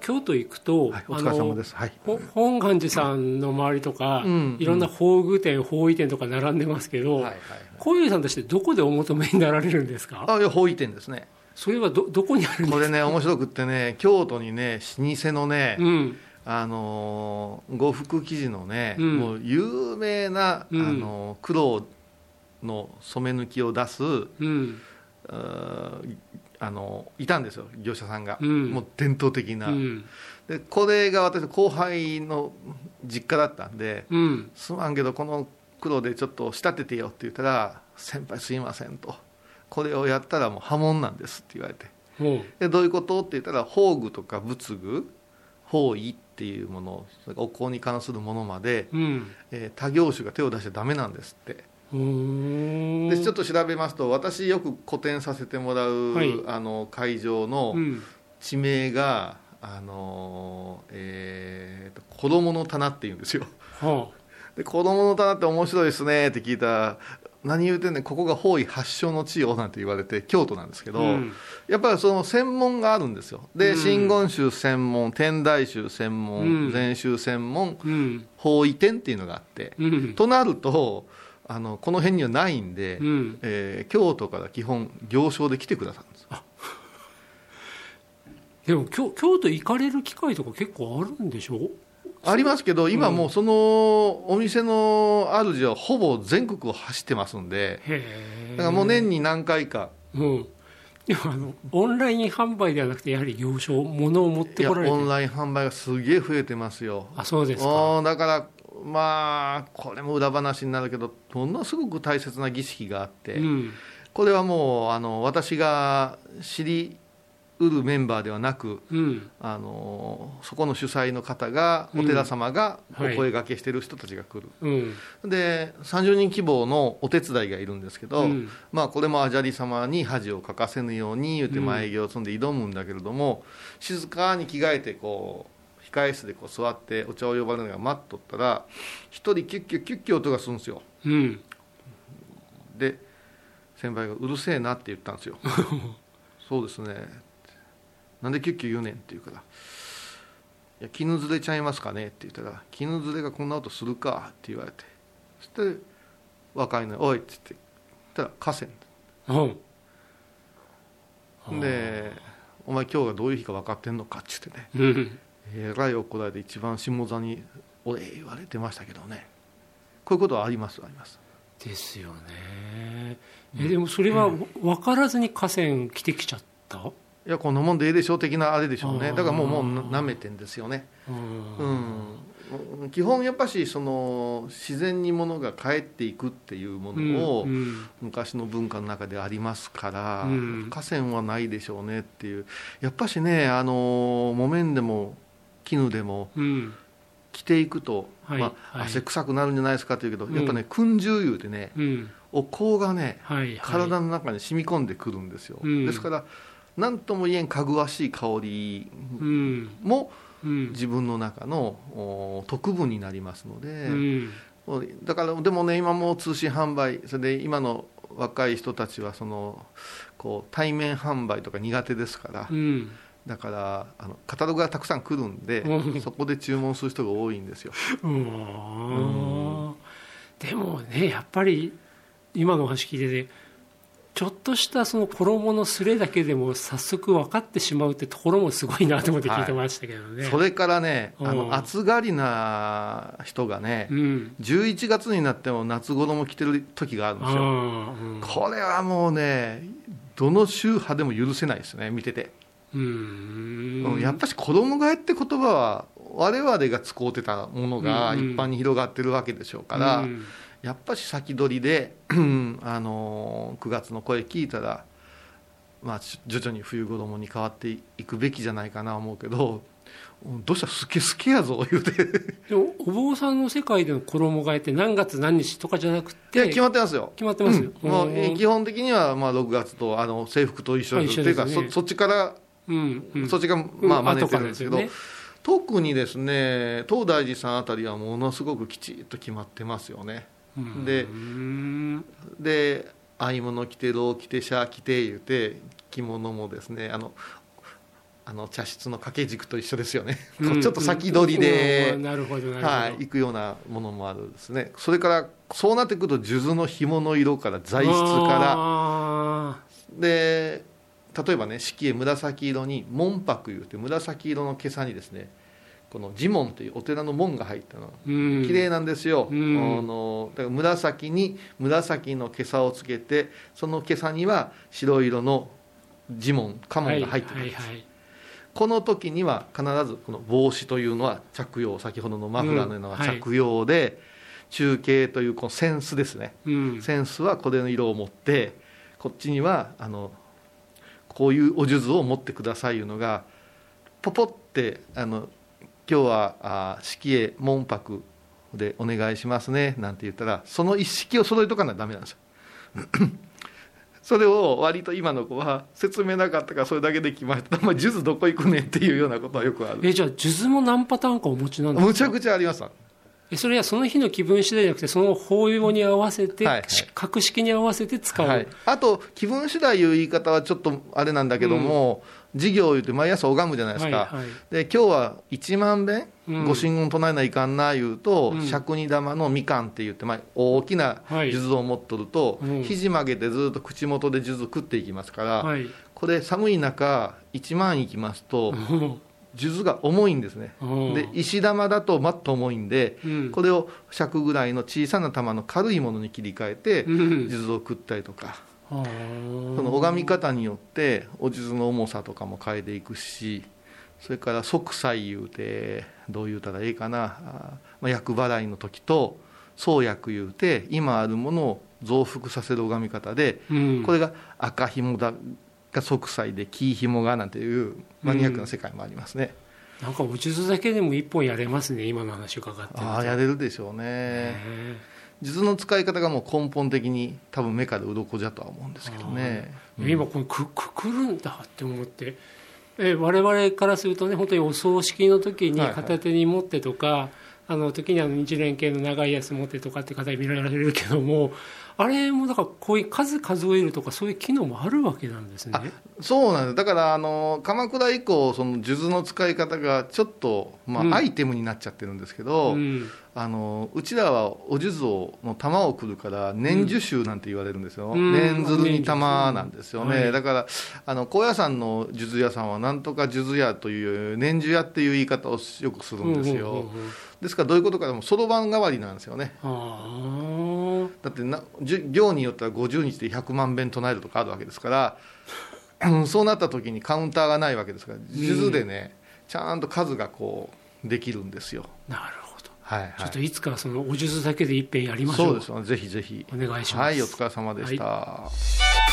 京都行くと、 はい、お疲れ様です。はい、 本願寺さんの周りとか、いろんな宝具店、宝位店とか並んでますけど、小遊さんとしてどこでお求めになられるんですか？ いや、宝位店ですね。 それはどこにあるんですか？ これね、面白くってね、京都にね、老舗のね、呉服生地のね、もう有名な、黒の染め抜きを出す、いたんですよ、業者さんが、もう伝統的な、でこれが私後輩の実家だったんで、すまんけどこの黒でちょっと仕立ててよって言ったら、先輩すいませんと、これをやったらもう破門なんですって言われて、でどういうことって言ったら、宝具とか仏具、宝位っていうもの、お香に関するものまで、他業種が手を出しちゃダメなんですって。でちょっと調べますと、私よく個展させてもらう、会場の地名が、子供の棚っていうんですよ。で子供の棚って面白いですねって聞いたら、何言うてんねん、ここが方位発祥の地よなんて言われて、京都なんですけど、やっぱりその専門があるんですよ。で真言宗専門、天台宗専門、禅宗専門、方位店っていうのがあって、となるとこの辺にはないんで、京都から基本行商で来てくださるんです。 でも京都行かれる機会とか結構あるんでしょ？ ありますけど、今もうそのお店の主はほぼ全国を走ってますんで、だからもう年に何回か、 でもオンライン販売ではなくて、やはり行商、物を持ってこられて、 オンライン販売がすげえ増えてますよ。 そうですか。 だからまあこれも裏話になるけど、ものすごく大切な儀式があって、これはもう私が知りうるメンバーではなく、そこの主催の方が、お寺様がお声掛けしてる人たちが来る、で30人規模のお手伝いがいるんですけど、これもアジャリ様に恥をかかせぬように言って前行を積んで挑むんだけれども、静かに着替えてこう控え室でこう座ってお茶を呼ばれるのが待っとったら、一人キュッキュッキュッキュ音がするんですよ。で先輩がうるせえなって言ったんですよ。そうですね、なんでキュッキュ言うねんって言うから、いや絹ずれちゃいますかねって言ったら、絹ずれがこんな音するかって言われて、そして若いのにおいって言って言ったら河川で、お前今日がどういう日か分かってんのかって言ってね、えらい怒られて一番下座にお礼言われてましたけどね。こういうことはありますですよね。でもそれは分からずに河川着てきちゃった？ いや、こんなもんでええでしょ的なあれでしょうね。だからもうなめてんですよね。基本やっぱしその自然に物が返っていくっていうものを昔の文化の中でありますから、河川はないでしょうねっていう。やっぱしね、木綿でも絹でも着ていくと、汗臭くなるんじゃないですかっていうけど、やっぱね、燻重油でね、お香がね、体の中に染み込んでくるんですよ。ですから何とも言えんかぐわしい香りも自分の中の特分になりますので、だからでもね、今もう通信販売、それで今の若い人たちはこう対面販売とか苦手ですから、だからカタログがたくさん来るんで、そこで注文する人が多いんですよ。 でもね、やっぱり今のお話聞いてて、ちょっとしたその衣のすれだけでも早速分かってしまうってところもすごいなと思って聞いてましたけどね。 それからね、暑がりな人がね、11月になっても夏衣着てる時があるんですよ。これはもうね、どの宗派でも許せないですね、見てて。やっぱし衣替えって言葉は我々が使うてたものが一般に広がってるわけでしょうから、やっぱし先取りで9月の声聞いたら、徐々に冬衣に変わっていくべきじゃないかな思うけど、どうしたスケスケやぞ言うて。 でもお坊さんの世界での衣替えって何月何日とかじゃなくて、 決まってますよ。 決まってますよ。 基本的には6月と制服と一緒です。というかそっちから、そっちが真似てるんですけど、特にですね、東大寺さんあたりはものすごくきちっと決まってますよね。で合物着て、ろう着て、シャー着て言うて、着物もですね、 茶室の掛け軸と一緒ですよね、ちょっと先取りで、行くようなものもあるんですね。それからそうなってくると数珠の紐の色から材質からで、例えばね色絵紫色に門箔いうて紫色の袈裟にですねこの地門というお寺の門が入ったの、綺麗なんですよ、だから紫に紫の袈трябをつけて、その袈裟には白色の地門家紋が入っているんです、この時には必ずこの帽子というのは着用、先ほどのマフラーのようなのは着用で、中継というこの扇子ですね、扇子はこれの色を持って、こっちにはこういうお数珠を持ってくださいいうのがポポって今日は色絵門箔でお願いしますねなんて言ったら、その一式を揃えとかなきゃダメなんですよそれを割と今の子は説明なかったからそれだけで来ました、お前数珠どこ行くねんっていうようなことはよくある。 じゃあ数珠も何パターンかお持ちなんですか？ むちゃくちゃあります。 それはその日の気分次第じゃなくて、その法要に合わせて、格式に合わせて使う、 あと気分次第いう言い方はちょっとあれなんだけども、授業を言って毎朝拝むじゃないですか、で今日は1万遍ご神言唱えないかんな言うと、尺二玉のみかんって言って、大きな数珠を持っとると、肘曲げてずっと口元で数珠食っていきますから、これ寒い中1万いきますと数珠が重いんですね。で石玉だとマッと重いんで、これを尺ぐらいの小さな玉の軽いものに切り替えて数珠を食ったりとか、その拝み方によってお数珠の重さとかも変えていくし、それから息災言うてどう言うたらいいかな、厄払いの時と創薬言うて今あるものを増幅させる拝み方で、これが赤紐だが息災で黄紐がなんていうマニアックな世界もありますね。 なんかお数珠だけでも一本やれますね、今の話伺ってると。 やれるでしょうね。数珠の使い方がもう根本的に多分目から鱗じゃとは思うんですけどね。 今これくくるんだって思って、我々からするとね、本当にお葬式の時に片手に持ってとか、時に日蓮系の長いやつ持ってとかって方に見られるけども、あれもだからこういう数えるとかそういう機能もあるわけなんですね。 そうなんです。だから鎌倉以降その数珠の使い方がちょっと、アイテムになっちゃってるんですけど、うちらはお数珠の玉をくるから年珠宗なんて言われるんですよ、年鶴に玉なんですよね、だから高野山の数珠屋さんはなんとか数珠屋という年珠屋っていう言い方をよくするんですよ。ですからどういうことかでもそろばん代わりなんですよね。だって行によっては50日で100万遍唱えるとかあるわけですからそうなった時にカウンターがないわけですから、数珠でねちゃんと数がこうできるんですよ。 なるほど、ちょっといつかそのお数珠だけで一遍やりましょう。 そうですよ、ぜひぜひお願いします。 お疲れ様でした。